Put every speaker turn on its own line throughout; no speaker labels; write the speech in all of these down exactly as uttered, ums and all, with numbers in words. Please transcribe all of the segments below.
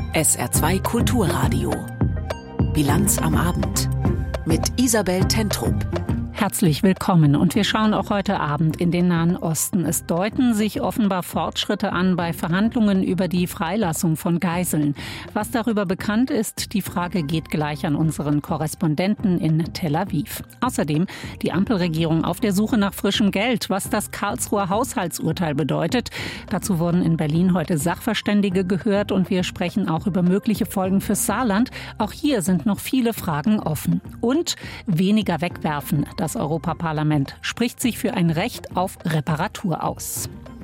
S R zwei Kulturradio. Bilanz am Abend mit Isabel Tentrup.
Herzlich willkommen und wir schauen auch heute Abend in den Nahen Osten. Es deuten sich offenbar Fortschritte an bei Verhandlungen über die Freilassung von Geiseln. Was darüber bekannt ist, die Frage geht gleich an unseren Korrespondenten in Tel Aviv. Außerdem die Ampelregierung auf der Suche nach frischem Geld, was das Karlsruher Haushaltsurteil bedeutet. Dazu wurden in Berlin heute Sachverständige gehört und wir sprechen auch über mögliche Folgen fürs Saarland. Auch hier sind noch viele Fragen offen. Und weniger wegwerfen. Das Europaparlament spricht sich für ein Recht auf Reparatur aus.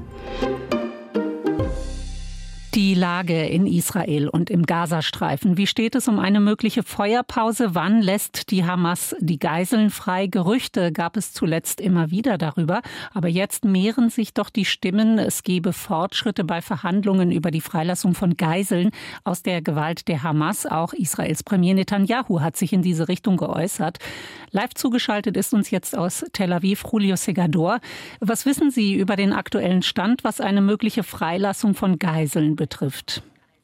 Die Lage in Israel und im Gazastreifen. Wie steht es um eine mögliche Feuerpause? Wann lässt die Hamas die Geiseln frei? Gerüchte gab es zuletzt immer wieder darüber. Aber jetzt mehren sich doch die Stimmen. Es gebe Fortschritte bei Verhandlungen über die Freilassung von Geiseln aus der Gewalt der Hamas. Auch Israels Premier Netanyahu hat sich in diese Richtung geäußert. Live zugeschaltet ist uns jetzt aus Tel Aviv Julio Segador. Was wissen Sie über den aktuellen Stand, was eine mögliche Freilassung von Geiseln betrifft? betrifft?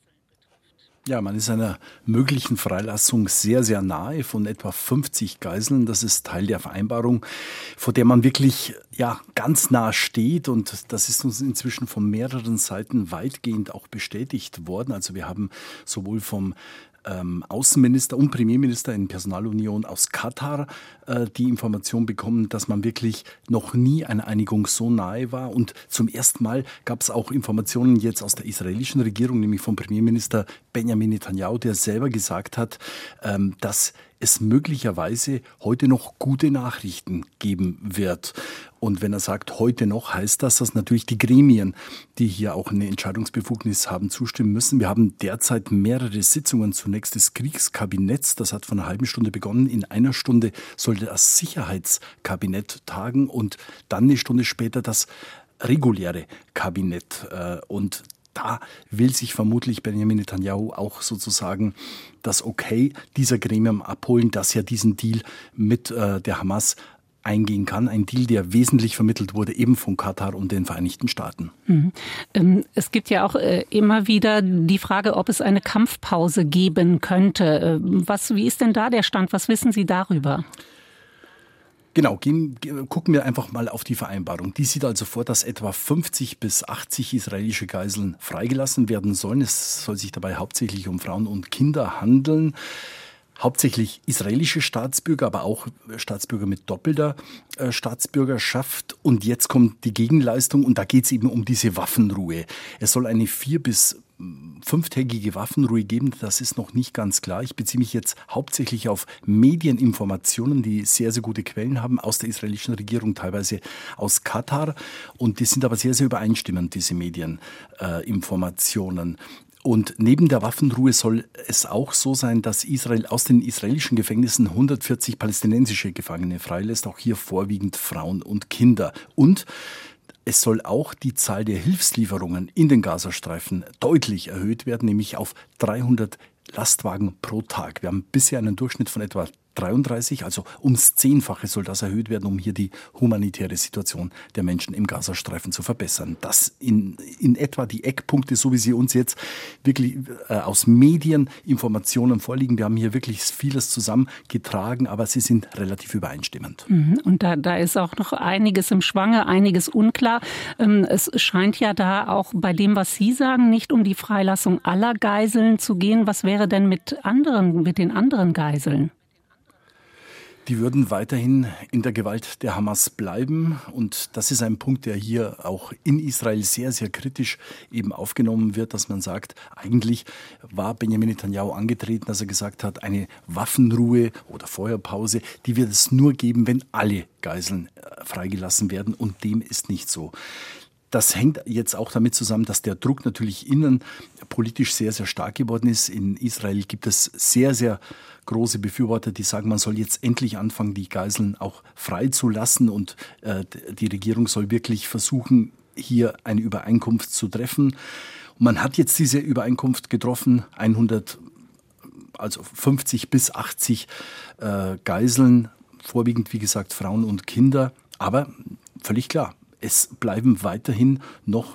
Ja, man ist einer möglichen Freilassung sehr, sehr nahe von etwa fünfzig Geiseln. Das ist Teil der Vereinbarung, vor der man wirklich ja, ganz nah steht. Und das ist uns inzwischen von mehreren Seiten weitgehend auch bestätigt worden. Also wir haben sowohl vom Ähm, Außenminister und Premierminister in Personalunion aus Katar äh, die Information bekommen, dass man wirklich noch nie einer Einigung so nahe war. Und zum ersten Mal gab es auch Informationen jetzt aus der israelischen Regierung, nämlich vom Premierminister Benjamin Netanyahu, der selber gesagt hat, ähm, dass es möglicherweise heute noch gute Nachrichten geben wird. Und wenn er sagt, heute noch, heißt das, dass natürlich die Gremien, die hier auch eine Entscheidungsbefugnis haben, zustimmen müssen. Wir haben derzeit mehrere Sitzungen. Zunächst des Kriegskabinetts, das hat vor einer halben Stunde begonnen. In einer Stunde sollte das Sicherheitskabinett tagen und dann eine Stunde später das reguläre Kabinett. Und da will sich vermutlich Benjamin Netanyahu auch sozusagen das Okay dieser Gremium abholen, dass er diesen Deal mit äh, der Hamas eingehen kann. Ein Deal, der wesentlich vermittelt wurde, eben von Katar und den Vereinigten Staaten.
Mhm. Es gibt ja auch immer wieder die Frage, ob es eine Kampfpause geben könnte. Was, wie ist denn da der Stand? Was wissen Sie darüber?
Genau, gehen, gucken wir einfach mal auf die Vereinbarung. Die sieht also vor, dass etwa fünfzig bis achtzig israelische Geiseln freigelassen werden sollen. Es soll sich dabei hauptsächlich um Frauen und Kinder handeln. Hauptsächlich israelische Staatsbürger, aber auch Staatsbürger mit doppelter äh, Staatsbürgerschaft. Und jetzt kommt die Gegenleistung und da geht es eben um diese Waffenruhe. Es soll eine vier- bis fünftägige Waffenruhe geben, das ist noch nicht ganz klar. Ich beziehe mich jetzt hauptsächlich auf Medieninformationen, die sehr, sehr gute Quellen haben, aus der israelischen Regierung, teilweise aus Katar. Und die sind aber sehr, sehr übereinstimmend, diese Medieninformationen. Und neben der Waffenruhe soll es auch so sein, dass Israel aus den israelischen Gefängnissen hundertvierzig palästinensische Gefangene freilässt, auch hier vorwiegend Frauen und Kinder. Und es soll auch die Zahl der Hilfslieferungen in den Gazastreifen deutlich erhöht werden, nämlich auf dreihundert Lastwagen pro Tag. Wir haben bisher einen Durchschnitt von etwa dreiunddreißig, also ums Zehnfache soll das erhöht werden, um hier die humanitäre Situation der Menschen im Gazastreifen zu verbessern. Das in, in etwa die Eckpunkte, so wie sie uns jetzt wirklich äh, aus Medieninformationen vorliegen. Wir haben hier wirklich vieles zusammengetragen, aber sie sind relativ übereinstimmend.
Und da, da ist auch noch einiges im Schwange, einiges unklar. Es scheint ja da auch bei dem, was Sie sagen, nicht um die Freilassung aller Geiseln zu gehen. Was wäre denn mit anderen, mit den anderen Geiseln?
Die würden weiterhin in der Gewalt der Hamas bleiben. Und das ist ein Punkt, der hier auch in Israel sehr, sehr kritisch eben aufgenommen wird, dass man sagt, eigentlich war Benjamin Netanyahu angetreten, dass er gesagt hat, eine Waffenruhe oder Feuerpause, die wird es nur geben, wenn alle Geiseln freigelassen werden. Und dem ist nicht so. Das hängt jetzt auch damit zusammen, dass der Druck natürlich innenpolitisch sehr, sehr stark geworden ist. In Israel gibt es sehr, sehr große Befürworter, die sagen, man soll jetzt endlich anfangen, die Geiseln auch freizulassen. Und äh, die Regierung soll wirklich versuchen, hier eine Übereinkunft zu treffen. Und man hat jetzt diese Übereinkunft getroffen, hundert, also fünfzig bis achtzig äh, Geiseln, vorwiegend, wie gesagt, Frauen und Kinder. Aber völlig klar, es bleiben weiterhin noch ja,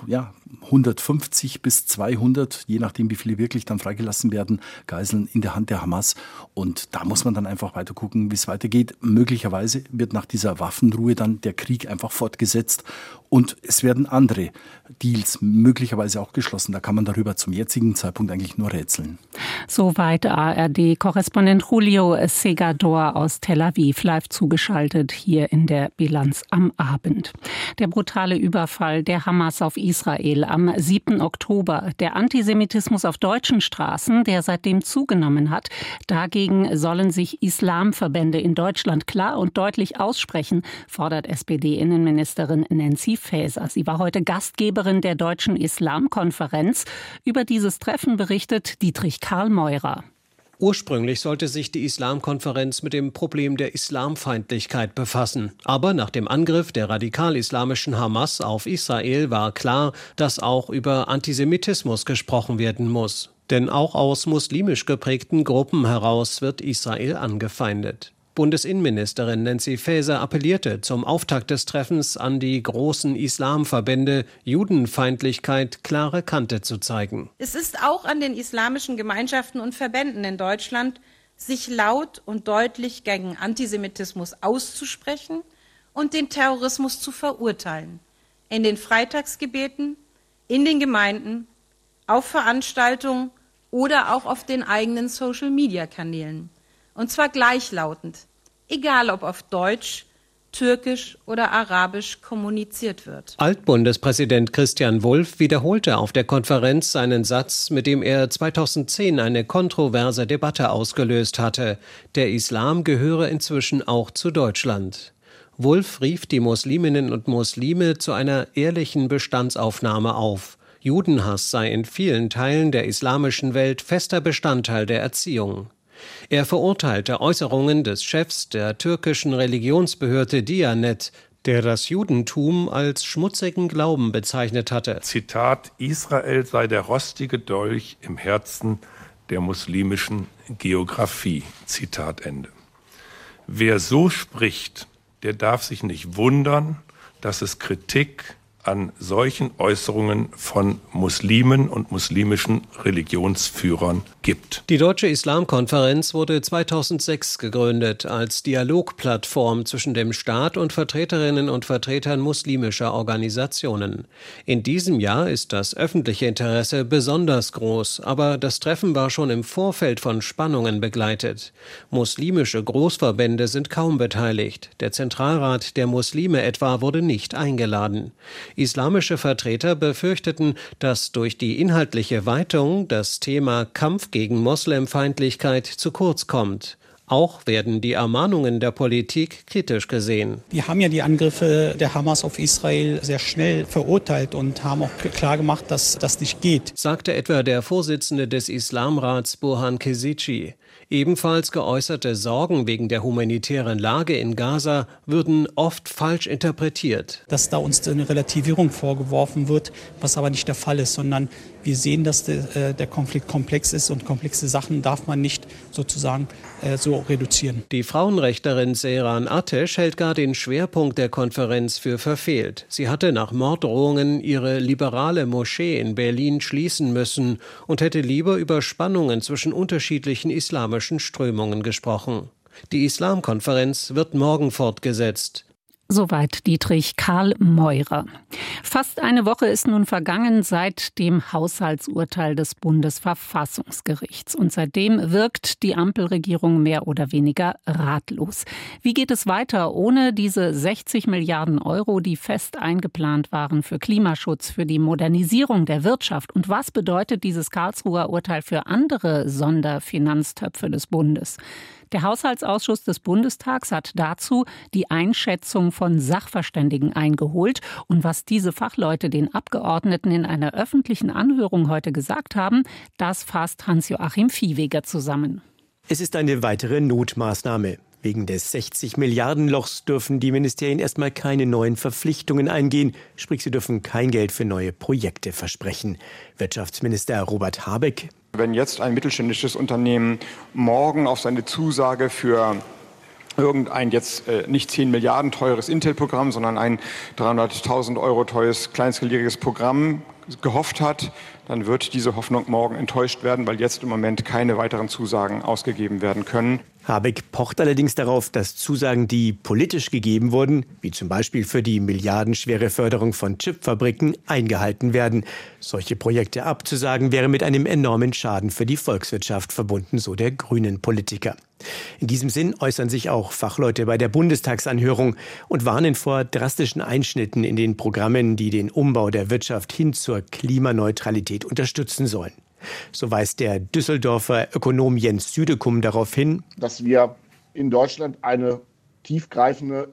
hundertfünfzig bis zweihundert, je nachdem, wie viele wirklich dann freigelassen werden, Geiseln in der Hand der Hamas. Und da muss man dann einfach weiter gucken, wie es weitergeht. Möglicherweise wird nach dieser Waffenruhe dann der Krieg einfach fortgesetzt und es werden andere Deals möglicherweise auch geschlossen. Da kann man darüber zum jetzigen Zeitpunkt eigentlich nur rätseln.
Soweit A R D-Korrespondent Julio Segador aus Tel Aviv, live zugeschaltet hier in der Bilanz am Abend. Der brutale Überfall der Hamas auf Israel am siebten Oktober, der Antisemitismus auf deutschen Straßen, der seitdem zugenommen hat. Dagegen sollen sich Islamverbände in Deutschland klar und deutlich aussprechen, fordert S P D-Innenministerin Nancy Faeser. Sie war heute Gastgeberin der Deutschen Islamkonferenz. Über dieses Treffen berichtet Dietrich Karl Meurer.
Ursprünglich sollte sich die Islamkonferenz mit dem Problem der Islamfeindlichkeit befassen. Aber nach dem Angriff der radikal-islamischen Hamas auf Israel war klar, dass auch über Antisemitismus gesprochen werden muss. Denn auch aus muslimisch geprägten Gruppen heraus wird Israel angefeindet. Bundesinnenministerin Nancy Faeser appellierte zum Auftakt des Treffens an die großen Islamverbände, Judenfeindlichkeit klare Kante zu zeigen.
Es ist auch an den islamischen Gemeinschaften und Verbänden in Deutschland, sich laut und deutlich gegen Antisemitismus auszusprechen und den Terrorismus zu verurteilen. In den Freitagsgebeten, in den Gemeinden, auf Veranstaltungen oder auch auf den eigenen Social-Media-Kanälen. Und zwar gleichlautend, egal ob auf Deutsch, Türkisch oder Arabisch kommuniziert wird.
Altbundespräsident Christian Wulff wiederholte auf der Konferenz seinen Satz, mit dem er zweitausendzehn eine kontroverse Debatte ausgelöst hatte. Der Islam gehöre inzwischen auch zu Deutschland. Wulff rief die Musliminnen und Muslime zu einer ehrlichen Bestandsaufnahme auf. Judenhass sei in vielen Teilen der islamischen Welt fester Bestandteil der Erziehung. Er verurteilte Äußerungen des Chefs der türkischen Religionsbehörde Diyanet, der das Judentum als schmutzigen Glauben bezeichnet hatte.
Zitat: Israel sei der rostige Dolch im Herzen der muslimischen Geografie. Zitat Ende. Wer so spricht, der darf sich nicht wundern, dass es Kritik an solchen Äußerungen von Muslimen und muslimischen Religionsführern gibt.
Die Deutsche Islamkonferenz wurde zweitausendsechs gegründet als Dialogplattform zwischen dem Staat und Vertreterinnen und Vertretern muslimischer Organisationen. In diesem Jahr ist das öffentliche Interesse besonders groß, aber das Treffen war schon im Vorfeld von Spannungen begleitet. Muslimische Großverbände sind kaum beteiligt. Der Zentralrat der Muslime etwa wurde nicht eingeladen. Islamische Vertreter befürchteten, dass durch die inhaltliche Weitung das Thema Kampf gegen Moslemfeindlichkeit zu kurz kommt. Auch werden die Ermahnungen der Politik kritisch gesehen.
Wir haben ja die Angriffe der Hamas auf Israel sehr schnell verurteilt und haben auch klar gemacht, dass das nicht geht,
sagte etwa der Vorsitzende des Islamrats Burhan Kezici. Ebenfalls geäußerte Sorgen wegen der humanitären Lage in Gaza würden oft falsch interpretiert.
Dass da uns eine Relativierung vorgeworfen wird, was aber nicht der Fall ist, sondern wir sehen, dass der, der Konflikt komplex ist und komplexe Sachen darf man nicht sozusagen äh, so reduzieren.
Die Frauenrechtlerin Seyran Ateş hält gar den Schwerpunkt der Konferenz für verfehlt. Sie hatte nach Morddrohungen ihre liberale Moschee in Berlin schließen müssen und hätte lieber über Spannungen zwischen unterschiedlichen islamischen Strömungen gesprochen. Die Islamkonferenz wird morgen fortgesetzt.
Soweit Dietrich Karl Meurer. Fast eine Woche ist nun vergangen seit dem Haushaltsurteil des Bundesverfassungsgerichts. Und seitdem wirkt die Ampelregierung mehr oder weniger ratlos. Wie geht es weiter ohne diese sechzig Milliarden Euro, die fest eingeplant waren für Klimaschutz, für die Modernisierung der Wirtschaft? Und was bedeutet dieses Karlsruher Urteil für andere Sonderfinanztöpfe des Bundes? Der Haushaltsausschuss des Bundestags hat dazu die Einschätzung von Sachverständigen eingeholt. Und was diese Fachleute den Abgeordneten in einer öffentlichen Anhörung heute gesagt haben, das fasst Hans-Joachim Viehweger zusammen.
Es ist eine weitere Notmaßnahme. Wegen des sechzig Milliarden Lochs dürfen die Ministerien erstmal keine neuen Verpflichtungen eingehen, sprich sie dürfen kein Geld für neue Projekte versprechen. Wirtschaftsminister Robert Habeck:
Wenn jetzt ein mittelständisches Unternehmen morgen auf seine Zusage für irgendein jetzt äh, nicht zehn Milliarden teures Intel-Programm, sondern ein dreihunderttausend Euro teures kleinskaliges Programm gehofft hat, dann wird diese Hoffnung morgen enttäuscht werden, weil jetzt im Moment keine weiteren Zusagen ausgegeben werden können.
Habeck pocht allerdings darauf, dass Zusagen, die politisch gegeben wurden, wie zum Beispiel für die milliardenschwere Förderung von Chipfabriken, eingehalten werden. Solche Projekte abzusagen, wäre mit einem enormen Schaden für die Volkswirtschaft verbunden, so der Grünen-Politiker. In diesem Sinn äußern sich auch Fachleute bei der Bundestagsanhörung und warnen vor drastischen Einschnitten in den Programmen, die den Umbau der Wirtschaft hin zur Klimaneutralität unterstützen sollen. So weist der Düsseldorfer Ökonom Jens Südekum darauf hin,
dass wir in Deutschland eine tiefgreifende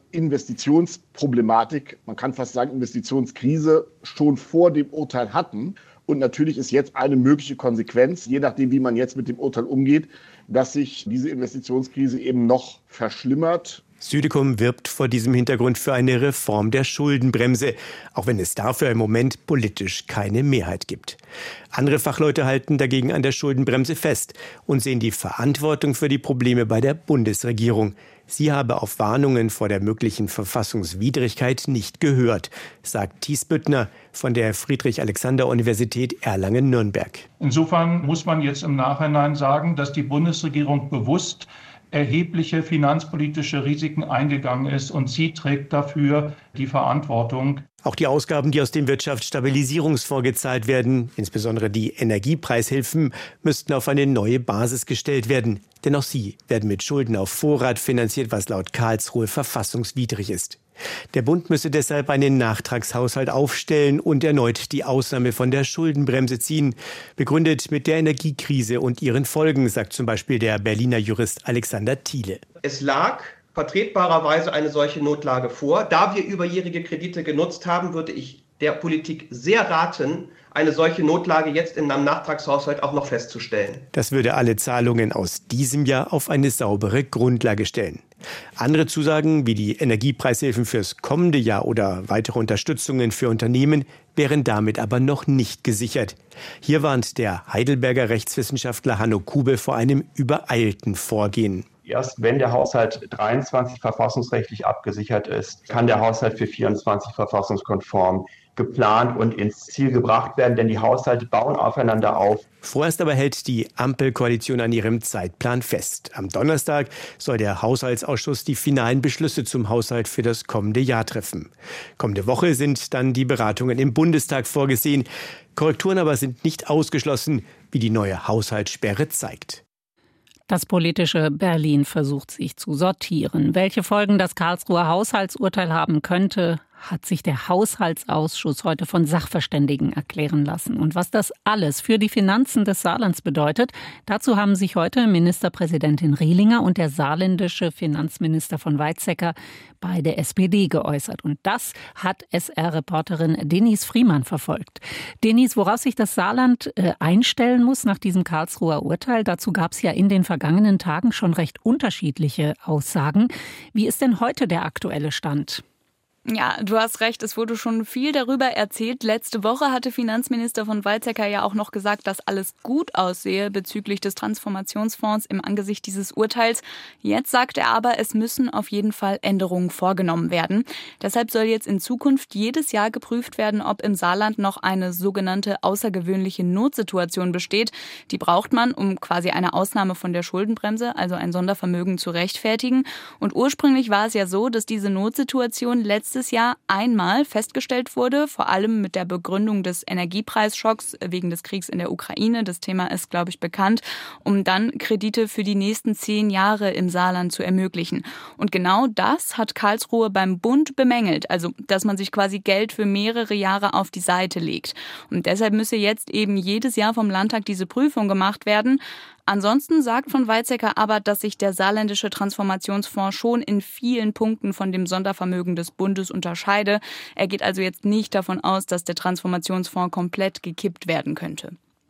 Investitionsproblematik, man kann fast sagen Investitionskrise, schon vor dem Urteil hatten. Und natürlich ist jetzt eine mögliche Konsequenz, je nachdem, wie man jetzt mit dem Urteil umgeht, dass sich diese Investitionskrise eben noch verschlimmert.
Südekum wirbt vor diesem Hintergrund für eine Reform der Schuldenbremse, auch wenn es dafür im Moment politisch keine Mehrheit gibt. Andere Fachleute halten dagegen an der Schuldenbremse fest und sehen die Verantwortung für die Probleme bei der Bundesregierung. Sie habe auf Warnungen vor der möglichen Verfassungswidrigkeit nicht gehört, sagt Thies Büttner von der Friedrich-Alexander-Universität Erlangen-Nürnberg.
Insofern muss man jetzt im Nachhinein sagen, dass die Bundesregierung bewusst erhebliche finanzpolitische Risiken eingegangen ist und sie trägt dafür die Verantwortung.
Auch die Ausgaben, die aus dem Wirtschaftsstabilisierungsfonds gezahlt werden, insbesondere die Energiepreishilfen, müssten auf eine neue Basis gestellt werden. Denn auch sie werden mit Schulden auf Vorrat finanziert, was laut Karlsruhe verfassungswidrig ist. Der Bund müsse deshalb einen Nachtragshaushalt aufstellen und erneut die Ausnahme von der Schuldenbremse ziehen. Begründet mit der Energiekrise und ihren Folgen, sagt zum Beispiel der Berliner Jurist Alexander Thiele.
Es lag vertretbarerweise eine solche Notlage vor. Da wir überjährige Kredite genutzt haben, würde ich der Politik sehr raten, eine solche Notlage jetzt in einem Nachtragshaushalt auch noch festzustellen.
Das würde alle Zahlungen aus diesem Jahr auf eine saubere Grundlage stellen. Andere Zusagen wie die Energiepreishilfen fürs kommende Jahr oder weitere Unterstützungen für Unternehmen wären damit aber noch nicht gesichert. Hier warnt der Heidelberger Rechtswissenschaftler Hanno Kube vor einem übereilten Vorgehen.
Erst wenn der Haushalt dreiundzwanzig verfassungsrechtlich abgesichert ist, kann der Haushalt für vierundzwanzig verfassungskonform geplant und ins Ziel gebracht werden, denn die Haushalte bauen aufeinander auf.
Vorerst aber hält die Ampelkoalition an ihrem Zeitplan fest. Am Donnerstag soll der Haushaltsausschuss die finalen Beschlüsse zum Haushalt für das kommende Jahr treffen. Kommende Woche sind dann die Beratungen im Bundestag vorgesehen. Korrekturen aber sind nicht ausgeschlossen, wie die neue Haushaltssperre zeigt.
Das politische Berlin versucht sich zu sortieren. Welche Folgen das Karlsruher Haushaltsurteil haben könnte, hat sich der Haushaltsausschuss heute von Sachverständigen erklären lassen. Und was das alles für die Finanzen des Saarlands bedeutet, dazu haben sich heute Ministerpräsidentin Rehlinger und der saarländische Finanzminister von Weizsäcker bei der S P D geäußert. Und das hat S R-Reporterin Denise Friemann verfolgt. Denise, worauf sich das Saarland äh, einstellen muss nach diesem Karlsruher Urteil, dazu gab es ja in den vergangenen Tagen schon recht unterschiedliche Aussagen. Wie ist denn heute der aktuelle Stand?
Ja, du hast recht, es wurde schon viel darüber erzählt. Letzte Woche hatte Finanzminister von Weizsäcker ja auch noch gesagt, dass alles gut aussehe bezüglich des Transformationsfonds im Angesicht dieses Urteils. Jetzt sagt er aber, es müssen auf jeden Fall Änderungen vorgenommen werden. Deshalb soll jetzt in Zukunft jedes Jahr geprüft werden, ob im Saarland noch eine sogenannte außergewöhnliche Notsituation besteht. Die braucht man, um quasi eine Ausnahme von der Schuldenbremse, also ein Sondervermögen, zu rechtfertigen. Und ursprünglich war es ja so, dass diese Notsituation letztes Jahr einmal festgestellt wurde, vor allem mit der Begründung des Energiepreisschocks wegen des Kriegs in der Ukraine. Das Thema ist, glaube ich, bekannt, um dann Kredite für die nächsten zehn Jahre im Saarland zu ermöglichen. Und genau das hat Karlsruhe beim Bund bemängelt, also dass man sich quasi Geld für mehrere Jahre auf die Seite legt. Und deshalb müsse jetzt eben jedes Jahr vom Landtag diese Prüfung gemacht werden. Ansonsten sagt von Weizsäcker aber, dass sich der saarländische Transformationsfonds schon in vielen Punkten von dem Sondervermögen des Bundes unterscheide. Er geht also jetzt nicht davon aus, dass der Transformationsfonds komplett gekippt werden könnte.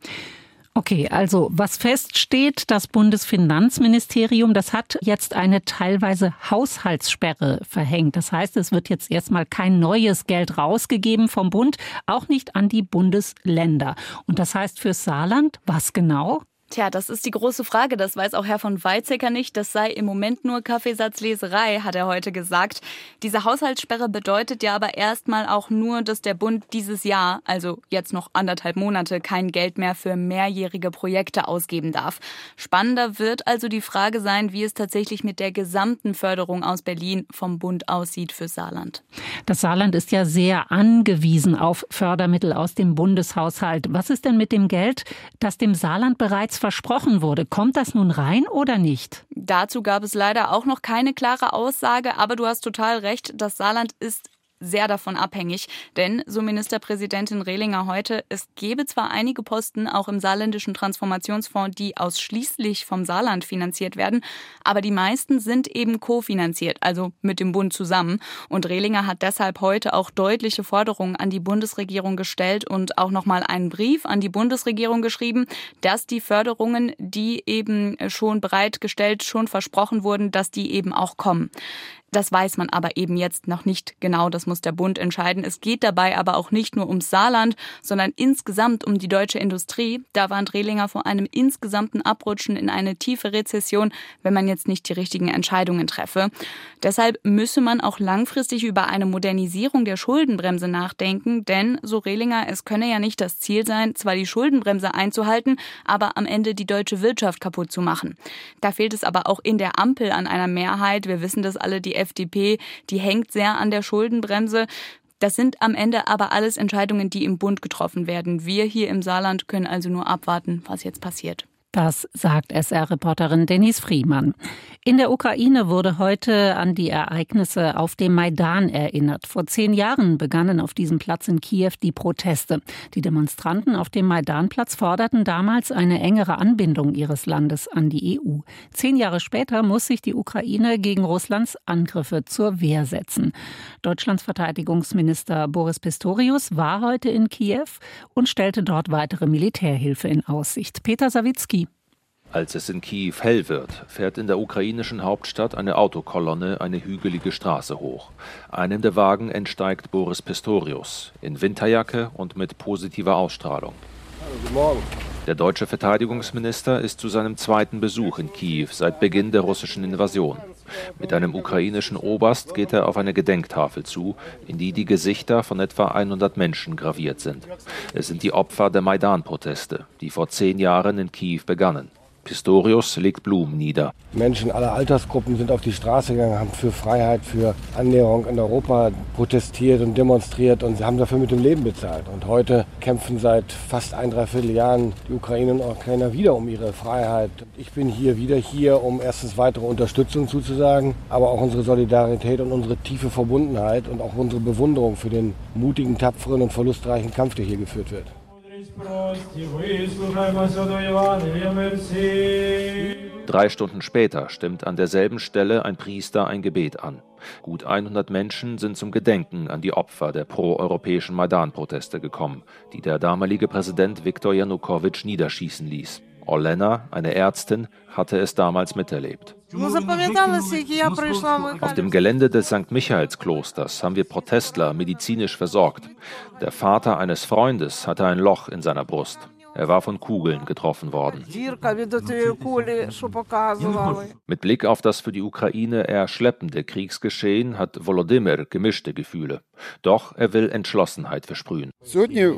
Okay, also was feststeht, das Bundesfinanzministerium, das hat jetzt eine teilweise Haushaltssperre verhängt. Das heißt, es wird jetzt erstmal kein neues Geld rausgegeben vom Bund, auch nicht an die Bundesländer. Und das heißt fürs Saarland, was genau?
Tja, das ist die große Frage. Das weiß auch Herr von Weizsäcker nicht. Das sei im Moment nur Kaffeesatzleserei, hat er heute gesagt. Diese Haushaltssperre bedeutet ja aber erstmal auch nur, dass der Bund dieses Jahr, also jetzt noch anderthalb Monate, kein Geld mehr für mehrjährige Projekte ausgeben darf. Spannender wird also die Frage sein, wie es tatsächlich mit der gesamten Förderung aus Berlin vom Bund aussieht für Saarland.
Das Saarland ist ja sehr angewiesen auf Fördermittel aus dem Bundeshaushalt. Was ist denn mit dem Geld, das dem Saarland bereits versprochen wurde? Kommt das nun rein oder nicht?
Dazu gab es leider auch noch keine klare Aussage, aber du hast total recht, das Saarland ist sehr davon abhängig, denn, so Ministerpräsidentin Rehlinger heute, es gäbe zwar einige Posten auch im saarländischen Transformationsfonds, die ausschließlich vom Saarland finanziert werden, aber die meisten sind eben kofinanziert, also mit dem Bund zusammen. Und Rehlinger hat deshalb heute auch deutliche Forderungen an die Bundesregierung gestellt und auch nochmal einen Brief an die Bundesregierung geschrieben, dass die Förderungen, die eben schon bereitgestellt, schon versprochen wurden, dass die eben auch kommen. Das weiß man aber eben jetzt noch nicht genau, das muss der Bund entscheiden. Es geht dabei aber auch nicht nur ums Saarland, sondern insgesamt um die deutsche Industrie. Da warnt Rehlinger vor einem insgesamten Abrutschen in eine tiefe Rezession, wenn man jetzt nicht die richtigen Entscheidungen treffe. Deshalb müsse man auch langfristig über eine Modernisierung der Schuldenbremse nachdenken, denn, so Rehlinger, es könne ja nicht das Ziel sein, zwar die Schuldenbremse einzuhalten, aber am Ende die deutsche Wirtschaft kaputt zu machen. Da fehlt es aber auch in der Ampel an einer Mehrheit. Wir wissen das alle, die F D P, die hängt sehr an der Schuldenbremse. Das sind am Ende aber alles Entscheidungen, die im Bund getroffen werden. Wir hier im Saarland können also nur abwarten, was jetzt passiert.
Das sagt S R-Reporterin Denise Friemann. In der Ukraine wurde heute an die Ereignisse auf dem Maidan erinnert. Vor zehn Jahren begannen auf diesem Platz in Kiew die Proteste. Die Demonstranten auf dem Maidanplatz forderten damals eine engere Anbindung ihres Landes an die E U. Zehn Jahre später muss sich die Ukraine gegen Russlands Angriffe zur Wehr setzen. Deutschlands Verteidigungsminister Boris Pistorius war heute in Kiew und stellte dort weitere Militärhilfe in Aussicht. Peter Sawicki.
Als es in Kiew hell wird, fährt in der ukrainischen Hauptstadt eine Autokolonne eine hügelige Straße hoch. Einem der Wagen entsteigt Boris Pistorius in Winterjacke und mit positiver Ausstrahlung.
Guten Morgen.
Der deutsche Verteidigungsminister ist zu seinem zweiten Besuch in Kiew seit Beginn der russischen Invasion. Mit einem ukrainischen Oberst geht er auf eine Gedenktafel zu, in die die Gesichter von etwa hundert Menschen graviert sind. Es sind die Opfer der Maidan-Proteste, die vor zehn Jahren in Kiew begannen. Pistorius legt Blumen nieder.
Menschen aller Altersgruppen sind auf die Straße gegangen, haben für Freiheit, für Annäherung in Europa protestiert und demonstriert und sie haben dafür mit dem Leben bezahlt. Und heute kämpfen seit fast ein Dreivierteljahren die Ukrainerinnen und Ukrainer wieder um ihre Freiheit. Ich bin hier wieder hier, um erstens weitere Unterstützung zuzusagen, aber auch unsere Solidarität und unsere tiefe Verbundenheit und auch unsere Bewunderung für den mutigen, tapferen und verlustreichen Kampf, der hier geführt wird.
Drei Stunden später stimmt an derselben Stelle ein Priester ein Gebet an. Gut hundert Menschen sind zum Gedenken an die Opfer der proeuropäischen Maidan-Proteste gekommen, die der damalige Präsident Viktor Janukowitsch niederschießen ließ. Olena, eine Ärztin, hatte es damals miterlebt. Auf dem Gelände des Sankt Michaelsklosters haben wir Protestler medizinisch versorgt. Der Vater eines Freundes hatte ein Loch in seiner Brust. Er war von Kugeln getroffen worden. Mit Blick auf das für die Ukraine eher schleppende Kriegsgeschehen hat Volodymyr gemischte Gefühle. Doch er will Entschlossenheit versprühen. Es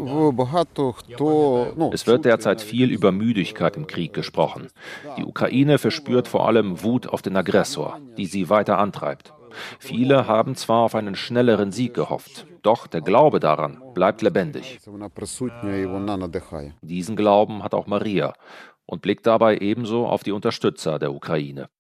wird derzeit viel über Müdigkeit im Krieg gesprochen. Die Ukraine verspürt vor allem Wut auf den Aggressor, die sie weiter antreibt. Viele haben zwar auf einen schnelleren Sieg gehofft, doch der Glaube daran bleibt lebendig. Diesen Glauben hat auch Maria und blickt dabei ebenso auf die Unterstützer der Ukraine.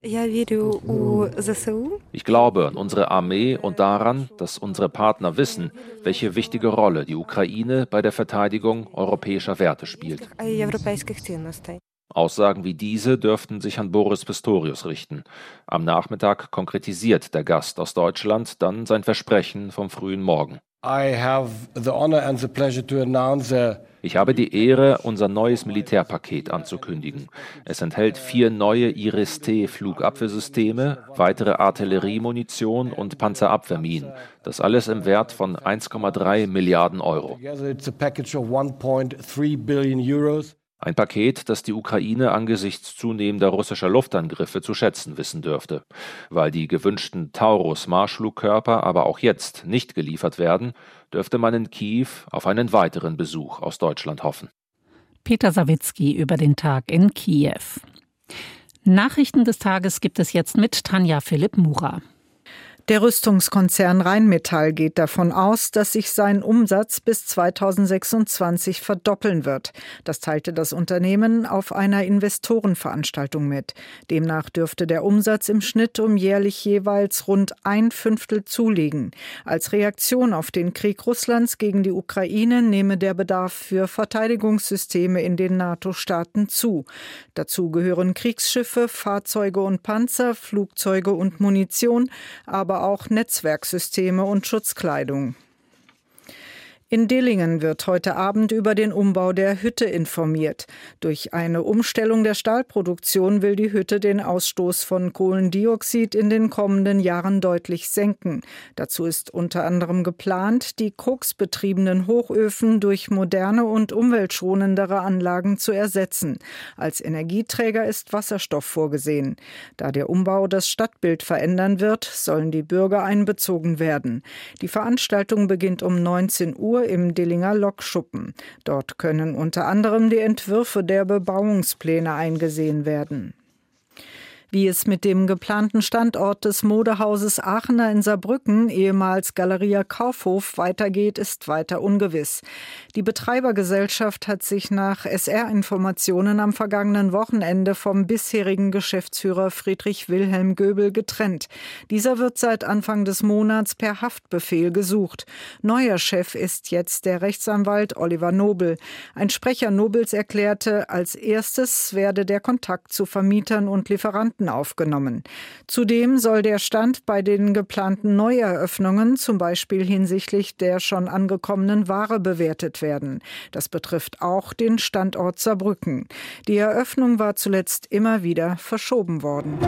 Ich glaube an unsere Armee und daran, dass unsere Partner wissen, welche wichtige Rolle die Ukraine bei der Verteidigung europäischer Werte spielt. Aussagen wie diese dürften sich an Boris Pistorius richten. Am Nachmittag konkretisiert der Gast aus Deutschland dann sein Versprechen vom frühen Morgen.
I have the honor and the pleasure to announce a
Ich habe die Ehre, unser neues Militärpaket anzukündigen. Es enthält vier neue Iris-T-Flugabwehrsysteme, weitere Artilleriemunition und Panzerabwehrminen. Das alles im Wert von eins Komma drei Milliarden Euro. Ein Paket, das die Ukraine angesichts zunehmender russischer Luftangriffe zu schätzen wissen dürfte. Weil die gewünschten Taurus-Marschflugkörper aber auch jetzt nicht geliefert werden, dürfte man in Kiew auf einen weiteren Besuch aus Deutschland hoffen.
Peter Sawicki über den Tag in Kiew. Nachrichten des Tages gibt es jetzt mit Tanja Philipp-Murer.
Der Rüstungskonzern Rheinmetall geht davon aus, dass sich sein Umsatz bis zweitausendsechsundzwanzig verdoppeln wird. Das teilte das Unternehmen auf einer Investorenveranstaltung mit. Demnach dürfte der Umsatz im Schnitt um jährlich jeweils rund ein Fünftel zulegen. Als Reaktion auf den Krieg Russlands gegen die Ukraine nehme der Bedarf für Verteidigungssysteme in den NATO-Staaten zu. Dazu gehören Kriegsschiffe, Fahrzeuge und Panzer, Flugzeuge und Munition, aber auch Netzwerksysteme und Schutzkleidung. In Dillingen wird heute Abend über den Umbau der Hütte informiert. Durch eine Umstellung der Stahlproduktion will die Hütte den Ausstoß von Kohlendioxid in den kommenden Jahren deutlich senken. Dazu ist unter anderem geplant, die koksbetriebenen Hochöfen durch moderne und umweltschonendere Anlagen zu ersetzen. Als Energieträger ist Wasserstoff vorgesehen. Da der Umbau das Stadtbild verändern wird, sollen die Bürger einbezogen werden. Die Veranstaltung beginnt um neunzehn Uhr im Dillinger Lokschuppen. Dort können unter anderem die Entwürfe der Bebauungspläne eingesehen werden. Wie es mit dem geplanten Standort des Modehauses Aachener in Saarbrücken, ehemals Galeria Kaufhof, weitergeht, ist weiter ungewiss. Die Betreibergesellschaft hat sich nach S R-Informationen am vergangenen Wochenende vom bisherigen Geschäftsführer Friedrich Wilhelm Göbel getrennt. Dieser wird seit Anfang des Monats per Haftbefehl gesucht. Neuer Chef ist jetzt der Rechtsanwalt Oliver Nobel. Ein Sprecher Nobels erklärte, als erstes werde der Kontakt zu Vermietern und Lieferanten aufgenommen. Zudem soll der Stand bei den geplanten Neueröffnungen, zum Beispiel hinsichtlich der schon angekommenen Ware, bewertet werden. Das betrifft auch den Standort Saarbrücken. Die Eröffnung war zuletzt immer wieder verschoben worden.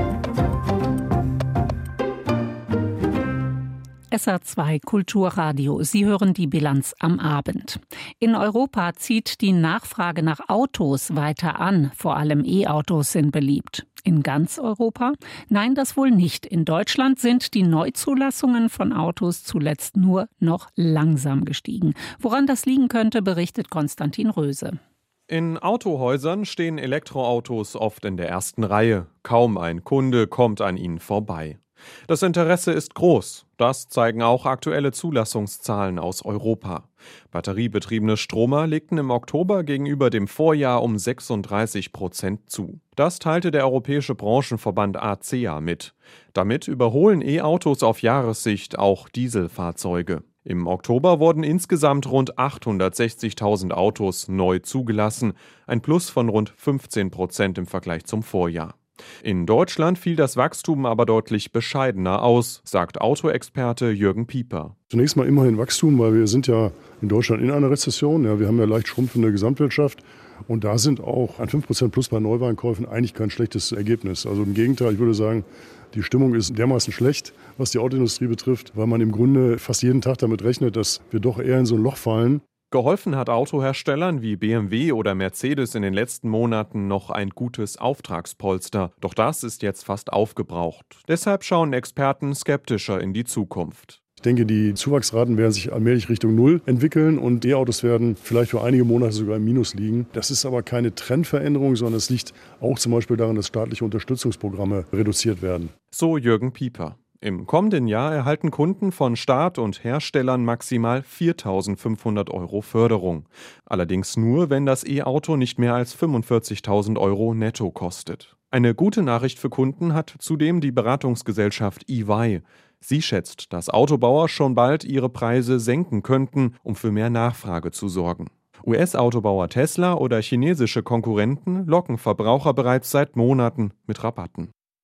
S R zwei Kulturradio. Sie hören die Bilanz am Abend. In Europa zieht die Nachfrage nach Autos weiter an. Vor allem E-Autos sind beliebt. In ganz Europa? Nein, das wohl nicht. In Deutschland sind die Neuzulassungen von Autos zuletzt nur noch langsam gestiegen. Woran das liegen könnte, berichtet Konstantin Röse.
In Autohäusern stehen Elektroautos oft in der ersten Reihe. Kaum ein Kunde kommt an ihnen vorbei. Das Interesse ist groß. Das zeigen auch aktuelle Zulassungszahlen aus Europa. Batteriebetriebene Stromer legten im Oktober gegenüber dem Vorjahr um sechsunddreißig Prozent zu. Das teilte der Europäische Branchenverband A C E A mit. Damit überholen E-Autos auf Jahressicht auch Dieselfahrzeuge. Im Oktober wurden insgesamt rund achthundertsechzigtausend Autos neu zugelassen, ein Plus von rund fünfzehn Prozent im Vergleich zum Vorjahr. In Deutschland fiel das Wachstum aber deutlich bescheidener aus, sagt Autoexperte Jürgen Pieper.
Zunächst mal immerhin Wachstum, weil wir sind ja in Deutschland in einer Rezession. Ja, wir haben ja leicht schrumpfende Gesamtwirtschaft. Und da sind auch ein fünf Prozent plus bei Neuwagenkäufen eigentlich kein schlechtes Ergebnis. Also im Gegenteil, ich würde sagen, die Stimmung ist dermaßen schlecht, was die Autoindustrie betrifft, weil man im Grunde fast jeden Tag damit rechnet, dass wir doch eher in so ein Loch fallen.
Geholfen hat Autoherstellern wie B M W oder Mercedes in den letzten Monaten noch ein gutes Auftragspolster. Doch das ist jetzt fast aufgebraucht. Deshalb schauen Experten skeptischer in die Zukunft.
Ich denke, die Zuwachsraten werden sich allmählich Richtung Null entwickeln und E-Autos werden vielleicht für einige Monate sogar im Minus liegen. Das ist aber keine Trendveränderung, sondern es liegt auch zum Beispiel daran, dass staatliche Unterstützungsprogramme reduziert werden.
So Jürgen Pieper. Im kommenden Jahr erhalten Kunden von Staat und Herstellern maximal viertausendfünfhundert Euro Förderung. Allerdings nur, wenn das E-Auto nicht mehr als fünfundvierzigtausend Euro netto kostet. Eine gute Nachricht für Kunden hat zudem die Beratungsgesellschaft E Y. Sie schätzt, dass Autobauer schon bald ihre Preise senken könnten, um für mehr Nachfrage zu sorgen. U S-Autobauer Tesla oder chinesische Konkurrenten locken Verbraucher bereits seit Monaten mit Rabatten.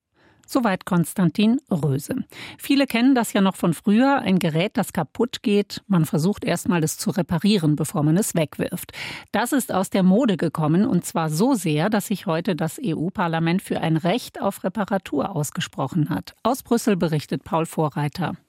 Soweit Konstantin Röse. Viele kennen das ja noch von früher, ein Gerät, das kaputt geht. Man versucht erstmal, es zu reparieren, bevor man es wegwirft. Das ist aus der Mode gekommen und zwar so sehr, dass sich heute das E U-Parlament für ein Recht auf Reparatur ausgesprochen hat. Aus Brüssel berichtet Paul Vorreiter.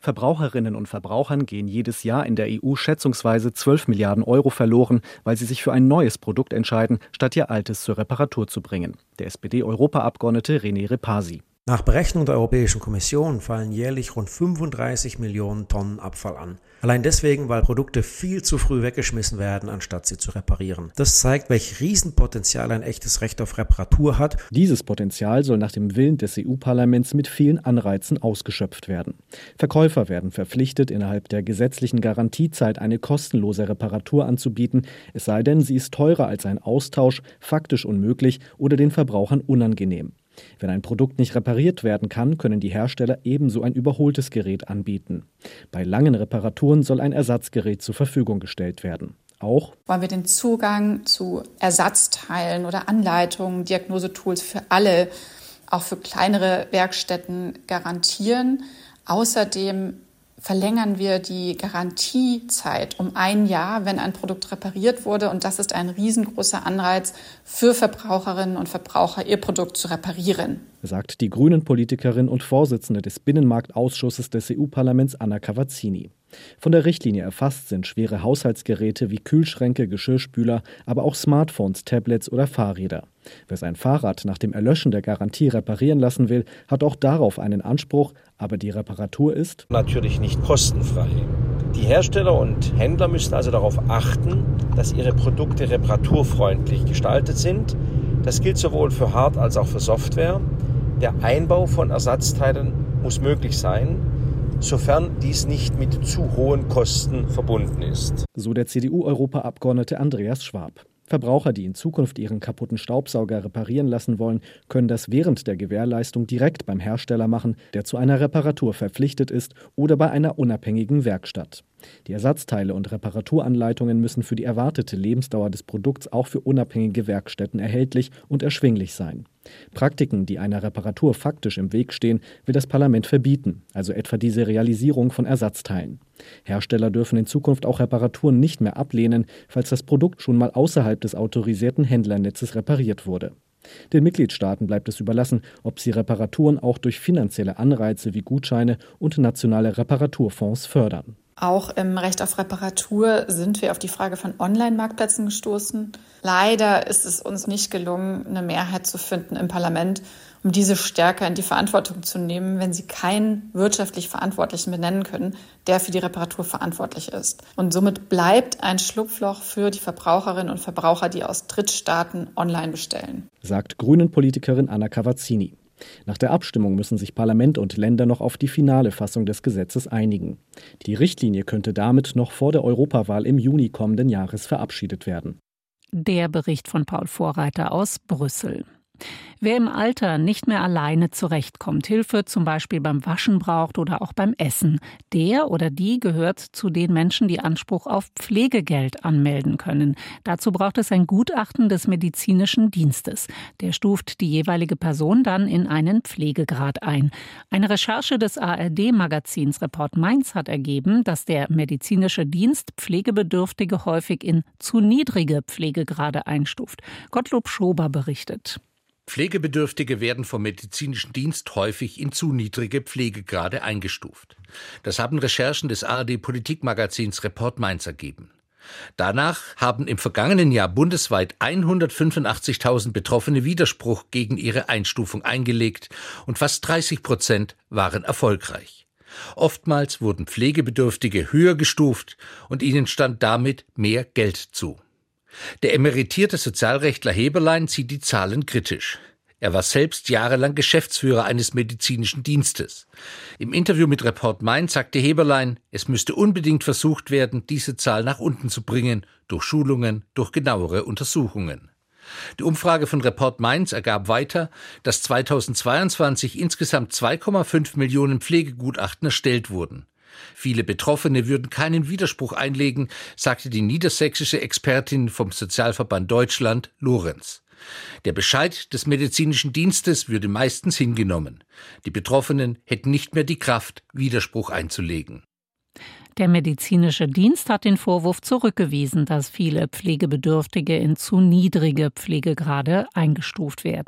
Verbraucherinnen und Verbrauchern gehen jedes Jahr in der E U schätzungsweise zwölf Milliarden Euro verloren, weil sie sich für ein neues Produkt entscheiden, statt ihr altes zur Reparatur zu bringen. Der S P D-Europaabgeordnete René Repasi.
Nach Berechnung der Europäischen Kommission fallen jährlich rund fünfunddreißig Millionen Tonnen Abfall an. Allein deswegen, weil Produkte viel zu früh weggeschmissen werden, anstatt sie zu reparieren. Das zeigt, welch Riesenpotenzial ein echtes Recht auf Reparatur hat.
Dieses Potenzial soll nach dem Willen des E U-Parlaments mit vielen Anreizen ausgeschöpft werden. Verkäufer werden verpflichtet, innerhalb der gesetzlichen Garantiezeit eine kostenlose Reparatur anzubieten, es sei denn, sie ist teurer als ein Austausch, faktisch unmöglich oder den Verbrauchern unangenehm. Wenn ein Produkt nicht repariert werden kann, können die Hersteller ebenso ein überholtes Gerät anbieten. Bei langen Reparaturen soll ein Ersatzgerät zur Verfügung gestellt werden. Auch
wollen wir den Zugang zu Ersatzteilen oder Anleitungen, Diagnosetools für alle, auch für kleinere Werkstätten garantieren. Außerdem verlängern wir die Garantiezeit um ein Jahr, wenn ein Produkt repariert wurde. Und das ist ein riesengroßer Anreiz für Verbraucherinnen und Verbraucher, ihr Produkt zu reparieren,
sagt die Grünen-Politikerin und Vorsitzende des Binnenmarktausschusses des E U-Parlaments Anna Cavazzini. Von der Richtlinie erfasst sind schwere Haushaltsgeräte wie Kühlschränke, Geschirrspüler, aber auch Smartphones, Tablets oder Fahrräder. Wer sein Fahrrad nach dem Erlöschen der Garantie reparieren lassen will, hat auch darauf einen Anspruch, aber die Reparatur ist
natürlich nicht kostenfrei. Die Hersteller und Händler müssen also darauf achten, dass ihre Produkte reparaturfreundlich gestaltet sind. Das gilt sowohl für Hard- als auch für Software. Der Einbau von Ersatzteilen muss möglich sein, sofern dies nicht mit zu hohen Kosten verbunden ist.
So der C D U-Europaabgeordnete Andreas Schwab. Verbraucher, die in Zukunft ihren kaputten Staubsauger reparieren lassen wollen, können das während der Gewährleistung direkt beim Hersteller machen, der zu einer Reparatur verpflichtet ist, oder bei einer unabhängigen Werkstatt. Die Ersatzteile und Reparaturanleitungen müssen für die erwartete Lebensdauer des Produkts auch für unabhängige Werkstätten erhältlich und erschwinglich sein. Praktiken, die einer Reparatur faktisch im Weg stehen, will das Parlament verbieten, also etwa die Serialisierung von Ersatzteilen. Hersteller dürfen in Zukunft auch Reparaturen nicht mehr ablehnen, falls das Produkt schon mal außerhalb des autorisierten Händlernetzes repariert wurde. Den Mitgliedstaaten bleibt es überlassen, ob sie Reparaturen auch durch finanzielle Anreize wie Gutscheine und nationale Reparaturfonds fördern.
Auch im Recht auf Reparatur sind wir auf die Frage von Online-Marktplätzen gestoßen. Leider ist es uns nicht gelungen, eine Mehrheit zu finden im Parlament, um diese stärker in die Verantwortung zu nehmen, wenn sie keinen wirtschaftlich Verantwortlichen benennen können, der für die Reparatur verantwortlich ist. Und somit bleibt ein Schlupfloch für die Verbraucherinnen und Verbraucher, die aus Drittstaaten online bestellen,
sagt Grünen-Politikerin Anna Cavazzini. Nach der Abstimmung müssen sich Parlament und Länder noch auf die finale Fassung des Gesetzes einigen. Die Richtlinie könnte damit noch vor der Europawahl im Juni kommenden Jahres verabschiedet werden.
Der Bericht von Paul Vorreiter aus Brüssel. Wer im Alter nicht mehr alleine zurechtkommt, Hilfe zum Beispiel beim Waschen braucht oder auch beim Essen, der oder die gehört zu den Menschen, die Anspruch auf Pflegegeld anmelden können. Dazu braucht es ein Gutachten des medizinischen Dienstes. Der stuft die jeweilige Person dann in einen Pflegegrad ein. Eine Recherche des A R D-Magazins Report Mainz hat ergeben, dass der medizinische Dienst Pflegebedürftige häufig in zu niedrige Pflegegrade einstuft. Gottlob Schober berichtet.
Pflegebedürftige werden vom medizinischen Dienst häufig in zu niedrige Pflegegrade eingestuft. Das haben Recherchen des A R D-Politikmagazins Report Mainz ergeben. Danach haben im vergangenen Jahr bundesweit hundertfünfundachtzigtausend Betroffene Widerspruch gegen ihre Einstufung eingelegt und fast dreißig Prozent waren erfolgreich. Oftmals wurden Pflegebedürftige höher gestuft und ihnen stand damit mehr Geld zu. Der emeritierte Sozialrechtler Heberlein sieht die Zahlen kritisch. Er war selbst jahrelang Geschäftsführer eines medizinischen Dienstes. Im Interview mit Report Mainz sagte Heberlein, es müsste unbedingt versucht werden, diese Zahl nach unten zu bringen, durch Schulungen, durch genauere Untersuchungen. Die Umfrage von Report Mainz ergab weiter, dass zweitausendzweiundzwanzig insgesamt zwei Komma fünf Millionen Pflegegutachten erstellt wurden. Viele Betroffene würden keinen Widerspruch einlegen, sagte die niedersächsische Expertin vom Sozialverband Deutschland, Lorenz. Der Bescheid des medizinischen Dienstes würde meistens hingenommen. Die Betroffenen hätten nicht mehr die Kraft, Widerspruch einzulegen.
Der medizinische Dienst hat den Vorwurf zurückgewiesen, dass viele Pflegebedürftige in zu niedrige Pflegegrade eingestuft werden.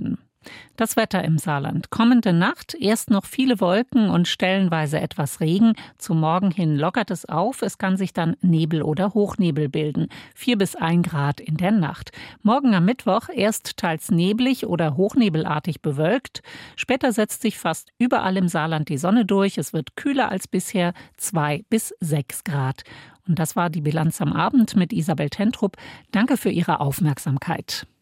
Das Wetter im Saarland. Kommende Nacht erst noch viele Wolken und stellenweise etwas Regen. Zum Morgen hin lockert es auf. Es kann sich dann Nebel oder Hochnebel bilden. vier bis ein Grad in der Nacht. Morgen am Mittwoch erst teils neblig oder hochnebelartig bewölkt. Später setzt sich fast überall im Saarland die Sonne durch. Es wird kühler als bisher, zwei bis sechs Grad. Und das war die Bilanz am Abend mit Isabel Tentrup. Danke für Ihre Aufmerksamkeit.